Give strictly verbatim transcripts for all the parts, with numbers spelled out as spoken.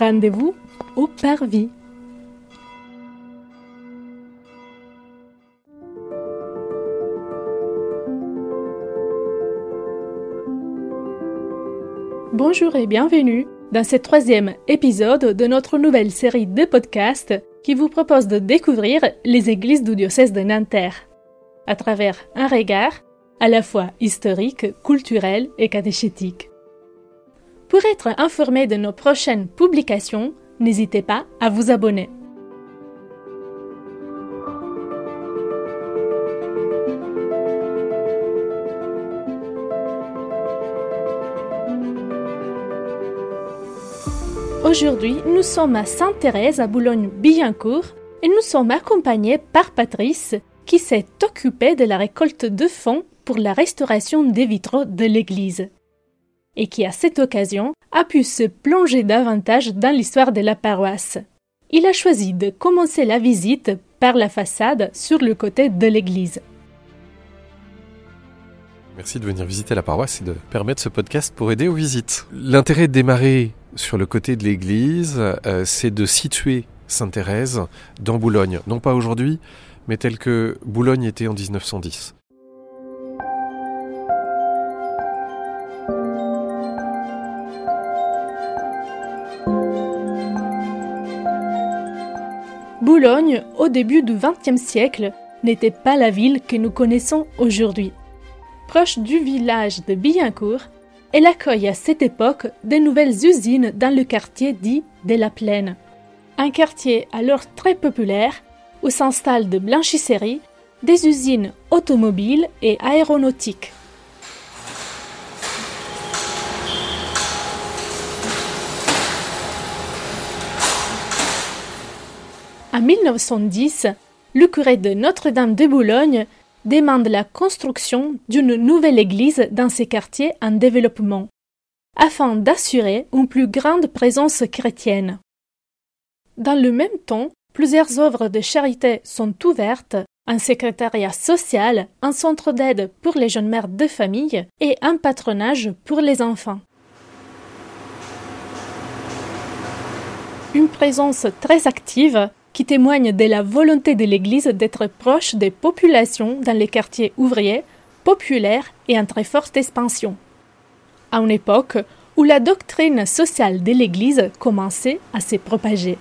Rendez-vous au Parvis. Bonjour et bienvenue dans ce troisième épisode de notre nouvelle série de podcasts qui vous propose de découvrir les églises du diocèse de Nanterre à travers un regard à la fois historique, culturel et catéchétique. Pour être informé de nos prochaines publications, n'hésitez pas à vous abonner. Aujourd'hui, nous sommes à Sainte-Thérèse à Boulogne-Billancourt et nous sommes accompagnés par Patrice qui s'est occupé de la récolte de fonds pour la restauration des vitraux de l'église et qui, à cette occasion, a pu se plonger davantage dans l'histoire de la paroisse. Il a choisi de commencer la visite par la façade sur le côté de l'église. Merci de venir visiter la paroisse et de permettre ce podcast pour aider aux visites. L'intérêt de démarrer sur le côté de l'église, euh, c'est de situer Sainte-Thérèse dans Boulogne. Non pas aujourd'hui, mais tel que Boulogne était en dix-neuf cent dix. Boulogne, au début du vingtième siècle, n'était pas la ville que nous connaissons aujourd'hui. Proche du village de Billancourt, elle accueille à cette époque de nouvelles usines dans le quartier dit de la Plaine. Un quartier alors très populaire où s'installent de blanchisseries, des usines automobiles et aéronautiques. En mille neuf cent dix, le curé de Notre-Dame de Boulogne demande la construction d'une nouvelle église dans ces quartiers en développement, afin d'assurer une plus grande présence chrétienne. Dans le même temps, plusieurs œuvres de charité sont ouvertes, un secrétariat social, un centre d'aide pour les jeunes mères de famille et un patronage pour les enfants. Une présence très active qui témoigne de la volonté de l'Église d'être proche des populations dans les quartiers ouvriers, populaires et en très forte expansion. À une époque où la doctrine sociale de l'Église commençait à se propager.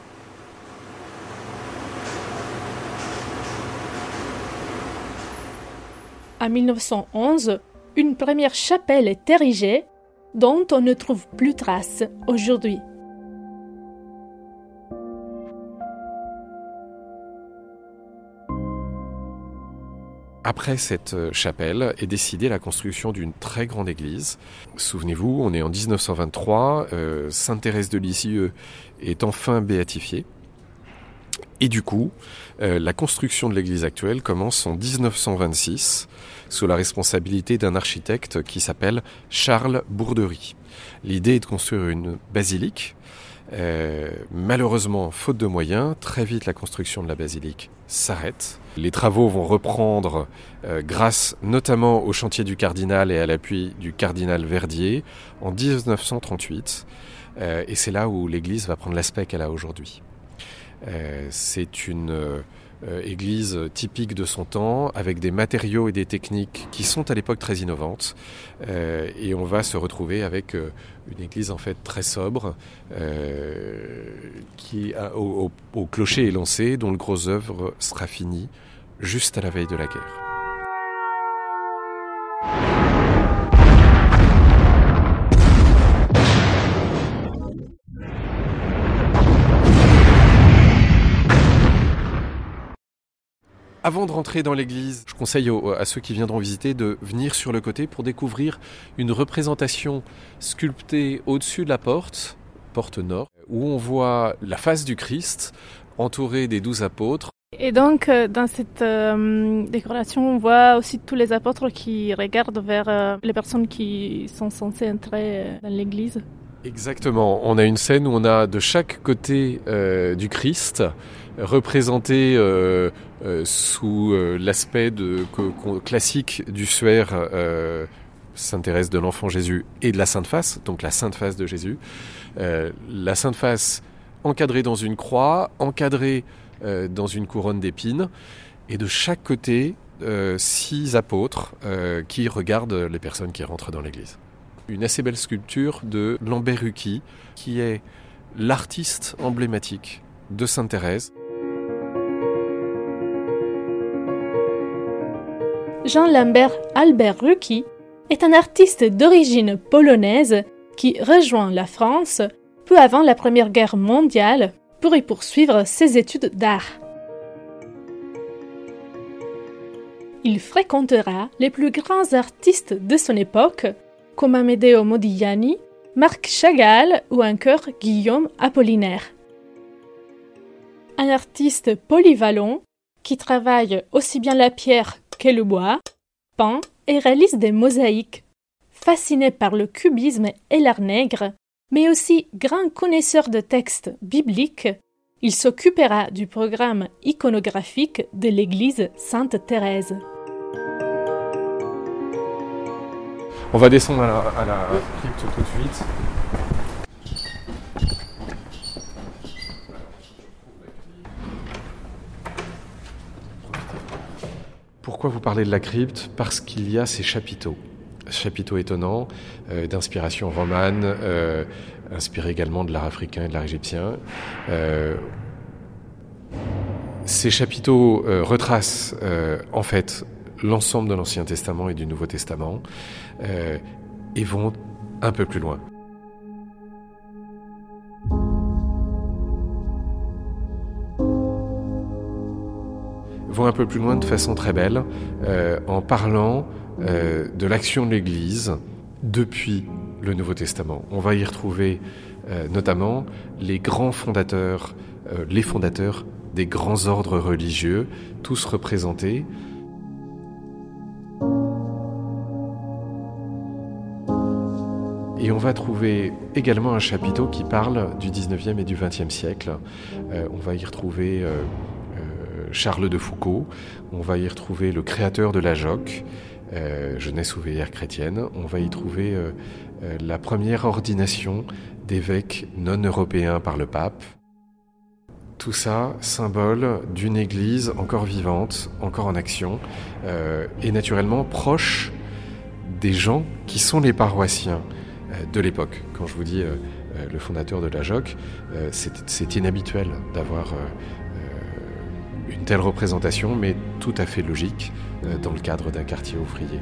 En mille neuf cent onze, une première chapelle est érigée, dont on ne trouve plus trace aujourd'hui. Après cette chapelle est décidée la construction d'une très grande église. Souvenez-vous, on est en dix-neuf cent vingt-trois, euh, Sainte-Thérèse de Lisieux est enfin béatifiée. Et du coup, euh, la construction de l'église actuelle commence en dix-neuf cent vingt-six, sous la responsabilité d'un architecte qui s'appelle Charles Bourderie. L'idée est de construire une basilique. Euh, malheureusement, faute de moyens, très vite la construction de la basilique s'arrête. Les travaux vont reprendre euh, grâce notamment au chantier du cardinal et à l'appui du cardinal Verdier en dix-neuf cent trente-huit. Euh, et c'est là où l'église va prendre l'aspect qu'elle a aujourd'hui. Euh, c'est une euh, église typique de son temps, avec des matériaux et des techniques qui sont à l'époque très innovantes. Euh, et on va se retrouver avec euh, une église en fait très sobre, euh, qui a, au, au, au clocher élancé, dont le gros œuvre sera fini juste à la veille de la guerre. Avant de rentrer dans l'église, je conseille aux, à ceux qui viendront visiter de venir sur le côté pour découvrir une représentation sculptée au-dessus de la porte, porte nord, où on voit la face du Christ entouré des douze apôtres. Et donc, dans cette euh, décoration, on voit aussi tous les apôtres qui regardent vers euh, les personnes qui sont censées entrer dans l'église. Exactement. On a une scène où on a de chaque côté euh, du Christ représenté euh, euh, sous euh, l'aspect de, que, classique du suaire euh, Sainte Thérèse de l'Enfant Jésus et de la Sainte Face, donc la Sainte Face de Jésus. Euh, la Sainte Face encadré dans une croix, encadré euh, dans une couronne d'épines, et de chaque côté, euh, six apôtres euh, qui regardent les personnes qui rentrent dans l'église. Une assez belle sculpture de Lambert Rucki, qui est l'artiste emblématique de Sainte-Thérèse. Jean-Lambert Albert Rucki est un artiste d'origine polonaise qui rejoint la France peu avant la Première Guerre mondiale pour y poursuivre ses études d'art. Il fréquentera les plus grands artistes de son époque, comme Amedeo Modigliani, Marc Chagall ou encore Guillaume Apollinaire. Un artiste polyvalent qui travaille aussi bien la pierre que le bois, peint et réalise des mosaïques. Fasciné par le cubisme et l'art nègre, mais aussi grand connaisseur de textes bibliques, il s'occupera du programme iconographique de l'église Sainte-Thérèse. On va descendre à la, à la crypte tout de suite. Pourquoi vous parlez de la crypte ? Parce qu'il y a ces chapiteaux. Chapiteaux étonnants, euh, d'inspiration romane, euh, inspirés également de l'art africain et de l'art égyptien. Euh, ces chapiteaux euh, retracent euh, en fait l'ensemble de l'Ancien Testament et du Nouveau Testament euh, et vont un peu plus loin. Vont un peu plus loin de façon très belle euh, en parlant euh, de l'action de l'Église depuis le Nouveau Testament. On va y retrouver euh, notamment les grands fondateurs, euh, les fondateurs des grands ordres religieux, tous représentés. Et on va trouver également un chapiteau qui parle du dix-neuvième et du vingtième siècle. Euh, on va y retrouver euh, euh, Charles de Foucauld, on va y retrouver le créateur de la J O C, euh, Jeunesse ouvrière chrétienne. On va y trouver euh, euh, la première ordination d'évêques non européens par le pape. Tout ça, symbole d'une église encore vivante, encore en action, euh, et naturellement proche des gens qui sont les paroissiens de l'époque. Quand je vous dis euh, le fondateur de la J O C, euh, c'est, c'est inhabituel d'avoir euh, une telle représentation, mais tout à fait logique euh, dans le cadre d'un quartier ouvrier.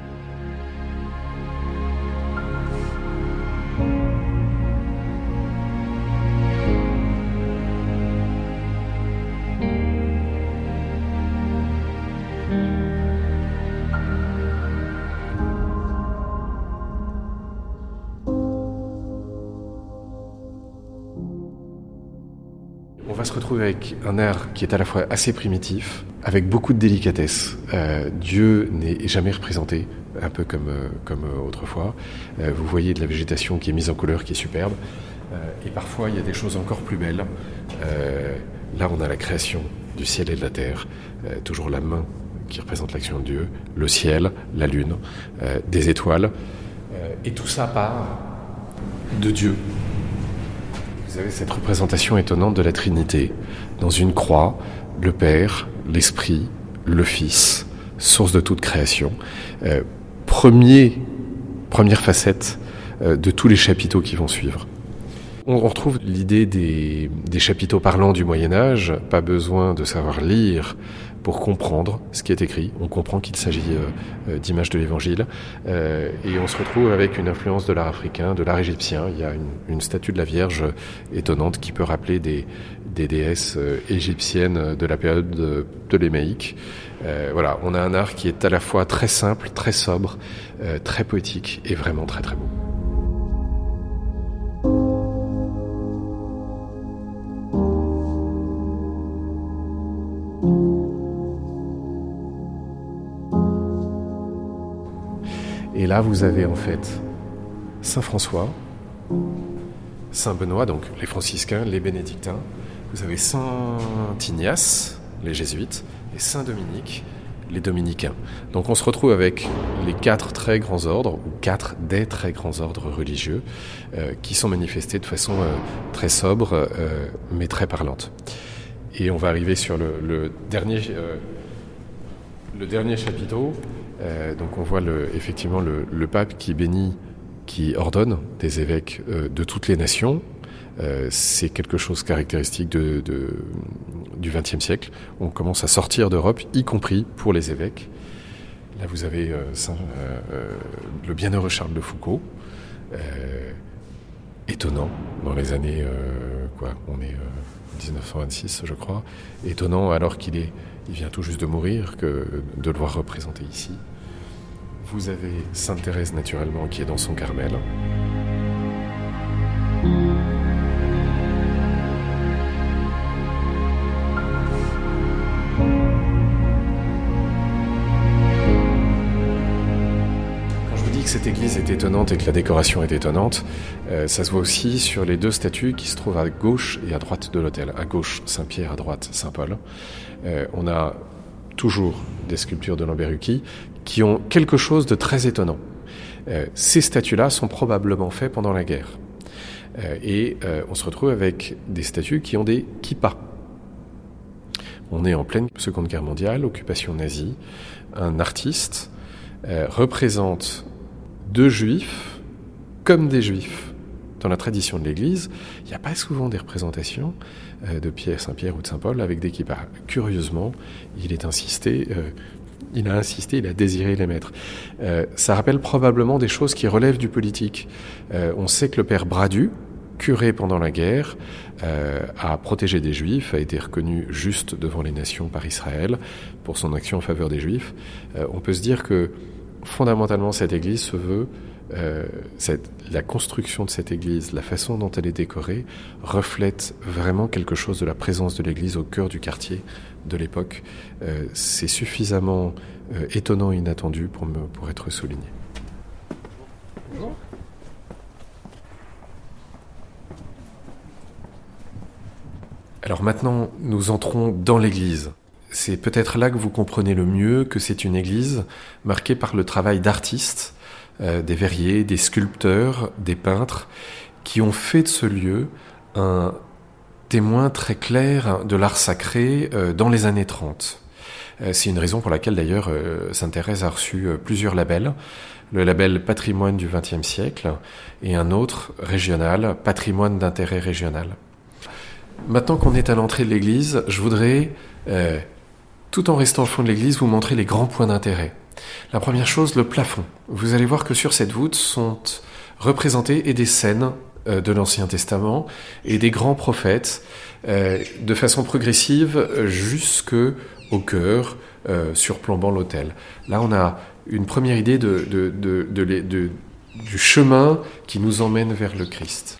On va se retrouver avec un art qui est à la fois assez primitif, avec beaucoup de délicatesse. Euh, Dieu n'est jamais représenté, un peu comme, euh, comme euh, autrefois. Euh, vous voyez de la végétation qui est mise en couleur, qui est superbe. Euh, et parfois, il y a des choses encore plus belles. Euh, là, on a la création du ciel et de la terre, euh, toujours la main qui représente l'action de Dieu, le ciel, la lune, euh, des étoiles. Euh, et tout ça part de Dieu. Vous avez cette représentation étonnante de la Trinité, dans une croix, le Père, l'Esprit, le Fils, source de toute création. Euh, premier, première facette euh, de tous les chapiteaux qui vont suivre. On, on retrouve l'idée des, des chapiteaux parlants du Moyen-Âge, pas besoin de savoir lire pour comprendre ce qui est écrit. On comprend qu'il s'agit euh, d'images de l'Évangile. Euh, et on se retrouve avec une influence de l'art africain, de l'art égyptien. Il y a une, une statue de la Vierge étonnante qui peut rappeler des, des déesses euh, égyptiennes de la période de Ptolémaïque. Euh, voilà, on a un art qui est à la fois très simple, très sobre, euh, très poétique et vraiment très très beau. Et là, vous avez en fait Saint François, Saint Benoît, donc les franciscains, les bénédictins. Vous avez Saint Ignace, les jésuites, et Saint Dominique, les dominicains. Donc on se retrouve avec les quatre très grands ordres, ou quatre des très grands ordres religieux, euh, qui sont manifestés de façon euh, très sobre, euh, mais très parlante. Et on va arriver sur le, le dernier, euh, le dernier chapiteau. Euh, donc on voit le, effectivement le, le pape qui bénit, qui ordonne des évêques euh, de toutes les nations. Euh, c'est quelque chose caractéristique de, de, du vingtième siècle. On commence à sortir d'Europe, y compris pour les évêques. Là, vous avez euh, Saint, euh, le bienheureux Charles de Foucauld, euh, étonnant dans les années, euh, quoi, on est euh, dix-neuf cent vingt-six, je crois, étonnant alors qu'il est, il vient tout juste de mourir, que de le voir représenté ici. Vous avez Sainte Thérèse, naturellement, qui est dans son Carmel. Que cette église est étonnante et que la décoration est étonnante, euh, ça se voit aussi sur les deux statues qui se trouvent à gauche et à droite de l'autel. À gauche, Saint-Pierre, à droite, Saint-Paul. Euh, on a toujours des sculptures de Lamberlucchi qui ont quelque chose de très étonnant. Euh, ces statues-là sont probablement faites pendant la guerre. Euh, et euh, on se retrouve avec des statues qui ont des kippas. On est en pleine Seconde Guerre mondiale, occupation nazie. Un artiste euh, représente deux juifs comme des juifs. Dans la tradition de l'Église, il n'y a pas souvent des représentations euh, de Pierre, Saint-Pierre ou de Saint-Paul avec des kippas. Curieusement, il est insisté, euh, il a insisté, il a désiré les mettre. Euh, ça rappelle probablement des choses qui relèvent du politique. Euh, on sait que le père Bradu, curé pendant la guerre, euh, a protégé des Juifs, a été reconnu juste devant les nations par Israël pour son action en faveur des Juifs. Euh, on peut se dire que fondamentalement, cette église se veut, euh, cette, la construction de cette église, la façon dont elle est décorée, reflète vraiment quelque chose de la présence de l'église au cœur du quartier de l'époque. Euh, c'est suffisamment euh, étonnant et inattendu pour, me, pour être souligné. Bonjour. Alors maintenant, nous entrons dans l'église. C'est peut-être là que vous comprenez le mieux que c'est une église marquée par le travail d'artistes, euh, des verriers, des sculpteurs, des peintres, qui ont fait de ce lieu un témoin très clair de l'art sacré euh, dans les années trente. Euh, c'est une raison pour laquelle d'ailleurs euh, Sainte Thérèse a reçu euh, plusieurs labels. Le label Patrimoine du vingtième siècle et un autre régional, Patrimoine d'intérêt régional. Maintenant qu'on est à l'entrée de l'église, je voudrais... Euh, tout en restant au fond de l'église, vous montrer les grands points d'intérêt. La première chose, le plafond. Vous allez voir que sur cette voûte sont représentées et des scènes euh, de l'Ancien Testament et des grands prophètes euh, de façon progressive jusque au chœur, euh, surplombant l'autel. Là, on a une première idée de, de, de, de, de, de, du chemin qui nous emmène vers le Christ.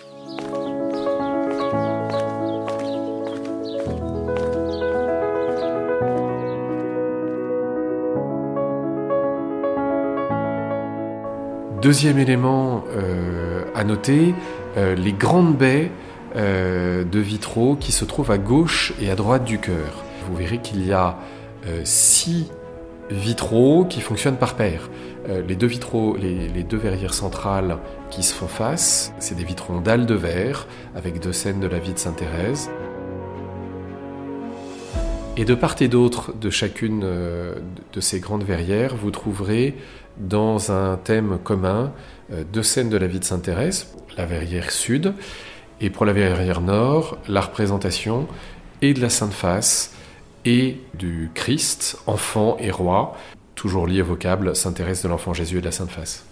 Deuxième élément euh, à noter, euh, les grandes baies euh, de vitraux qui se trouvent à gauche et à droite du chœur. Vous verrez qu'il y a euh, six vitraux qui fonctionnent par paire. Euh, les deux vitraux, les, les deux verrières centrales qui se font face, c'est des vitraux en dalles de verre avec deux scènes de la vie de Sainte Thérèse. Et de part et d'autre de chacune euh, de ces grandes verrières, vous trouverez dans un thème commun euh, deux scènes de la vie de Sainte Thérèse, la verrière sud, et pour la verrière nord, la représentation et de la Sainte Face et du Christ, enfant et roi, toujours lié au vocable Sainte Thérèse de l'Enfant Jésus et de la Sainte Face.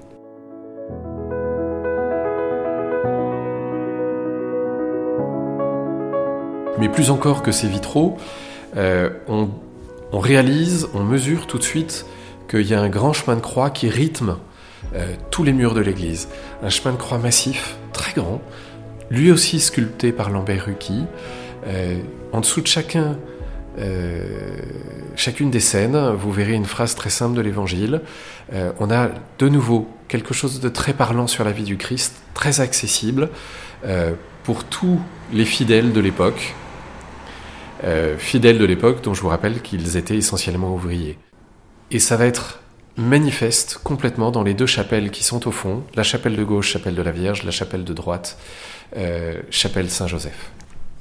Mais plus encore que ces vitraux, euh, on, on réalise, on mesure tout de suite qu'il y a un grand chemin de croix qui rythme euh, tous les murs de l'église. Un chemin de croix massif, très grand, lui aussi sculpté par Lamberlucchi. Euh, en dessous de chacun, euh, chacune des scènes, vous verrez une phrase très simple de l'Évangile. Euh, on a de nouveau quelque chose de très parlant sur la vie du Christ, très accessible euh, pour tous les fidèles de l'époque. euh, fidèles de l'époque, dont je vous rappelle qu'ils étaient essentiellement ouvriers. Et ça va être manifeste complètement dans les deux chapelles qui sont au fond, la chapelle de gauche, chapelle de la Vierge, la chapelle de droite, euh, chapelle Saint-Joseph.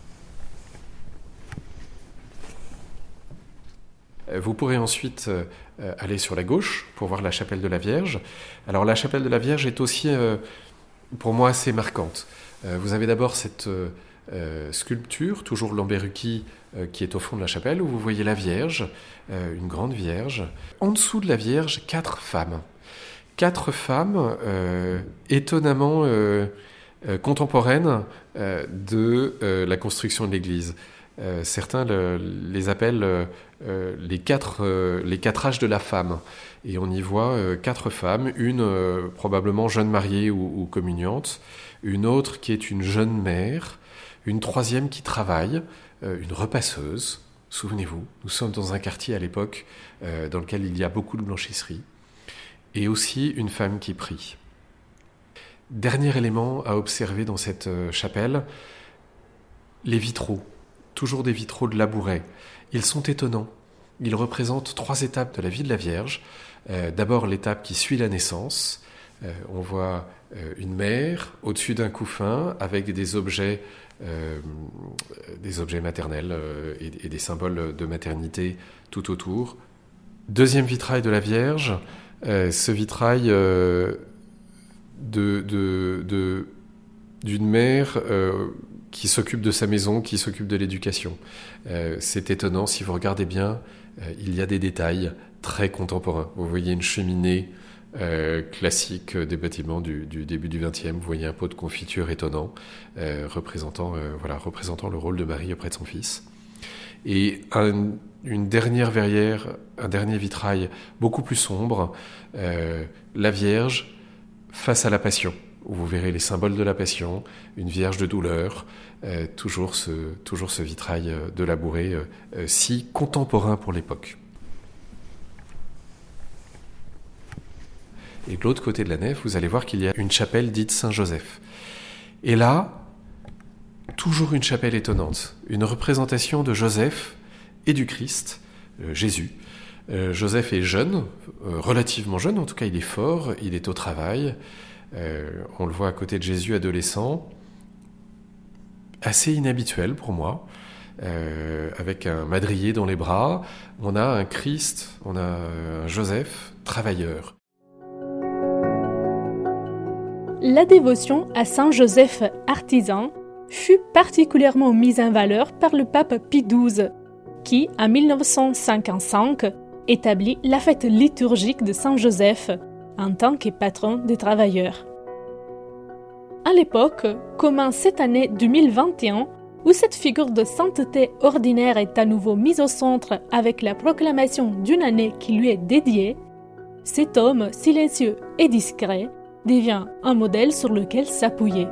Vous pourrez ensuite euh, aller sur la gauche pour voir la chapelle de la Vierge. Alors la chapelle de la Vierge est aussi, euh, pour moi, assez marquante. Euh, vous avez d'abord cette euh, euh, sculpture, toujours Lamberucchi, euh, qui est au fond de la chapelle, où vous voyez la Vierge, euh, une grande Vierge. En dessous de la Vierge, quatre femmes. Quatre femmes euh, étonnamment euh, euh, contemporaines euh, de euh, la construction de l'Église. Euh, certains le, les appellent euh, les, quatre, euh, les quatre âges de la femme. Et on y voit euh, quatre femmes, une euh, probablement jeune mariée ou, ou communiante, une autre qui est une jeune mère, une troisième qui travaille, euh, une repasseuse. Souvenez-vous, nous sommes dans un quartier à l'époque euh, dans lequel il y a beaucoup de blanchisserie. Et aussi une femme qui prie. Dernier élément à observer dans cette euh, chapelle, les vitraux. Toujours des vitraux de Labouret. Ils sont étonnants. Ils représentent trois étapes de la vie de la Vierge. Euh, d'abord l'étape qui suit la naissance. Euh, on voit euh, une mère au-dessus d'un couffin avec des objets, euh, des objets maternels euh, et, et des symboles de maternité tout autour. Deuxième vitrail de la Vierge, euh, ce vitrail euh, de, de, de, d'une mère euh, qui s'occupe de sa maison, qui s'occupe de l'éducation. Euh, c'est étonnant, si vous regardez bien, euh, il y a des détails très contemporains. Vous voyez une cheminée euh, classique des bâtiments du, du début du vingtième, vous voyez un pot de confiture étonnant, euh, représentant, euh, voilà, représentant le rôle de Marie auprès de son fils. Et un, une dernière verrière, un dernier vitrail beaucoup plus sombre, euh, la Vierge face à la Passion, où vous verrez les symboles de la Passion, une Vierge de douleur, euh, toujours, ce, toujours ce vitrail de Labouret, euh, euh, si contemporain pour l'époque. Et de l'autre côté de la nef, vous allez voir qu'il y a une chapelle dite Saint-Joseph. Et là, toujours une chapelle étonnante, une représentation de Joseph et du Christ, euh, Jésus. Euh, Joseph est jeune, euh, relativement jeune, en tout cas il est fort, il est au travail. Euh, on le voit à côté de Jésus adolescent, assez inhabituel pour moi, euh, avec un madrier dans les bras. On a un Christ, on a un Joseph travailleur. La dévotion à Saint Joseph artisan fut particulièrement mise en valeur par le pape Pie douze, qui, en mille neuf cent cinquante-cinq, établit la fête liturgique de Saint Joseph en tant que patron des travailleurs. À l'époque, comme en cette année deux mille vingt et un, où cette figure de sainteté ordinaire est à nouveau mise au centre avec la proclamation d'une année qui lui est dédiée, cet homme silencieux et discret devient un modèle sur lequel s'appuyer.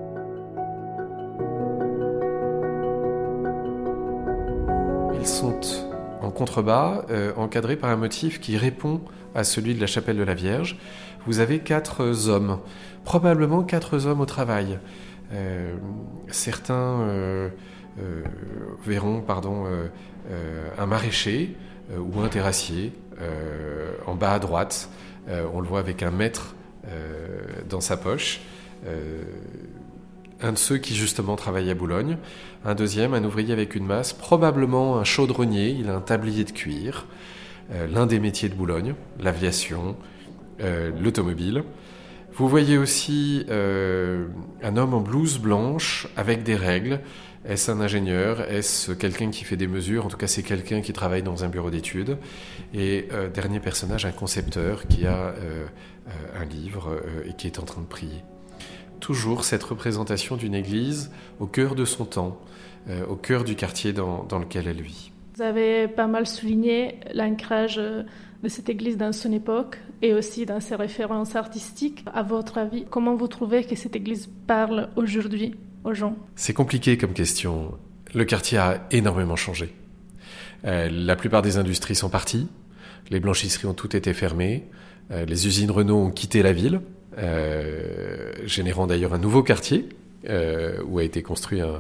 Ils sont en contrebas, euh, encadrés par un motif qui répond à celui de la chapelle de la Vierge. Vous avez quatre hommes, probablement quatre hommes au travail. Euh, certains euh, euh, verront pardon, euh, euh, un maraîcher euh, ou un terrassier euh, en bas à droite. Euh, on le voit avec un mètre euh, dans sa poche. Euh, un de ceux qui justement travaille à Boulogne. Un deuxième, un ouvrier avec une masse, probablement un chaudronnier, il a un tablier de cuir. Euh, l'un des métiers de Boulogne, l'aviation, euh, l'automobile. Vous voyez aussi euh, un homme en blouse blanche avec des règles. Est-ce un ingénieur? Est-ce quelqu'un qui fait des mesures? En tout cas, c'est quelqu'un qui travaille dans un bureau d'études. Et euh, dernier personnage, un concepteur qui a euh, euh, un livre euh, et qui est en train de prier. Toujours cette représentation d'une église au cœur de son temps, euh, au cœur du quartier dans, dans lequel elle vit. Vous avez pas mal souligné l'ancrage de cette église dans son époque et aussi dans ses références artistiques. À votre avis, comment vous trouvez que cette église parle aujourd'hui aux gens? C'est compliqué comme question. Le quartier a énormément changé. Euh, la plupart des industries sont parties, les blanchisseries ont toutes été fermées, euh, les usines Renault ont quitté la ville, euh, générant d'ailleurs un nouveau quartier euh, où a été construit un,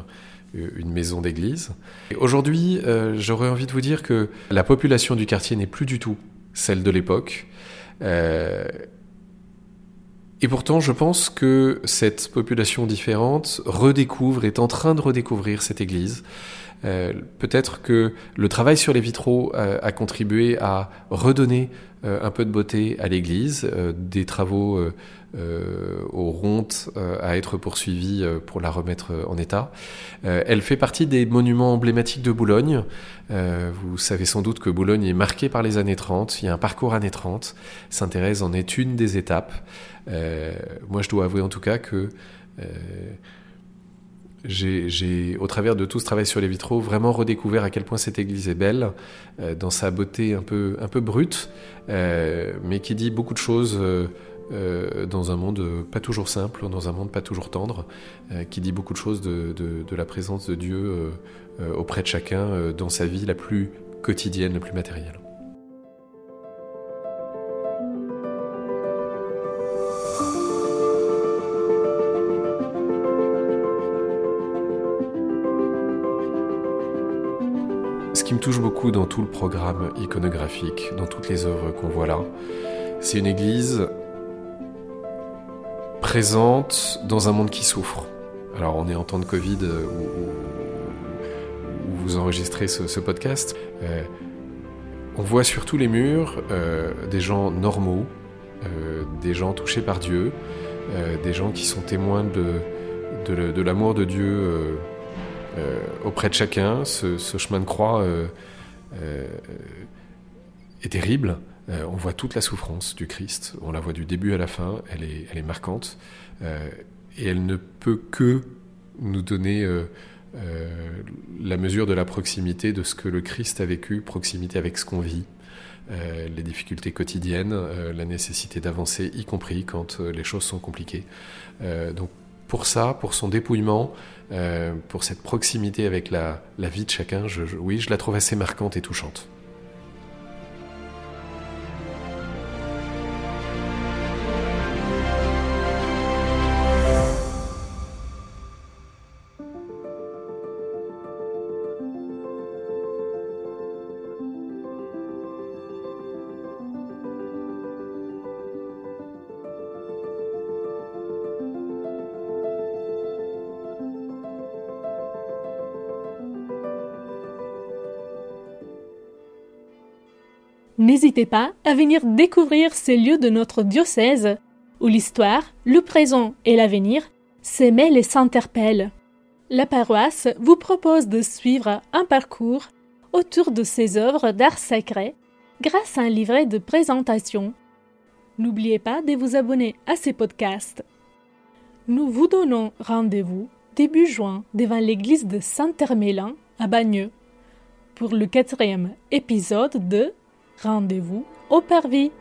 une maison d'église. Et aujourd'hui, euh, j'aurais envie de vous dire que la population du quartier n'est plus du tout celle de l'époque. Euh, et pourtant, je pense que cette population différente redécouvre, est en train de redécouvrir cette église. Euh, peut-être que le travail sur les vitraux euh, a contribué à redonner euh, un peu de beauté à l'église, euh, des travaux euh, euh, auront euh, à être poursuivis euh, pour la remettre en état. Euh, elle fait partie des monuments emblématiques de Boulogne. Euh, vous savez sans doute que Boulogne est marquée par les années trente, il y a un parcours années trente, Sainte-Thérèse en est une des étapes. Euh, moi je dois avouer en tout cas que euh, J'ai, j'ai, au travers de tout ce travail sur les vitraux, vraiment redécouvert à quel point cette église est belle, euh, dans sa beauté un peu, un peu brute, euh, mais qui dit beaucoup de choses euh, euh, dans un monde pas toujours simple, dans un monde pas toujours tendre, euh, qui dit beaucoup de choses de, de, de la présence de Dieu euh, euh, auprès de chacun euh, dans sa vie la plus quotidienne, la plus matérielle. Ce qui me touche beaucoup dans tout le programme iconographique, dans toutes les œuvres qu'on voit là, c'est une église présente dans un monde qui souffre. Alors on est en temps de Covid où, où vous enregistrez ce, ce podcast. Euh, on voit sur tous les murs euh, des gens normaux, euh, des gens touchés par Dieu, euh, des gens qui sont témoins de, de, de l'amour de Dieu euh, Euh, auprès de chacun. Ce, ce chemin de croix euh, euh, est terrible. Euh, on voit toute la souffrance du Christ, on la voit du début à la fin, elle est, elle est marquante, euh, et elle ne peut que nous donner euh, euh, la mesure de la proximité de ce que le Christ a vécu, proximité avec ce qu'on vit, euh, les difficultés quotidiennes, euh, la nécessité d'avancer, y compris quand euh, les choses sont compliquées. Euh, donc pour ça, pour son dépouillement, euh, pour cette proximité avec la, la vie de chacun, je, je, oui, je la trouve assez marquante et touchante. N'hésitez pas à venir découvrir ces lieux de notre diocèse, où l'histoire, le présent et l'avenir s'aimèlent et s'interpellent. La paroisse vous propose de suivre un parcours autour de ces œuvres d'art sacré grâce à un livret de présentation. N'oubliez pas de vous abonner à ces podcasts. Nous vous donnons rendez-vous début juin devant l'église de Saint-Hermélin à Bagneux pour le quatrième épisode de Rendez-vous au Parvis.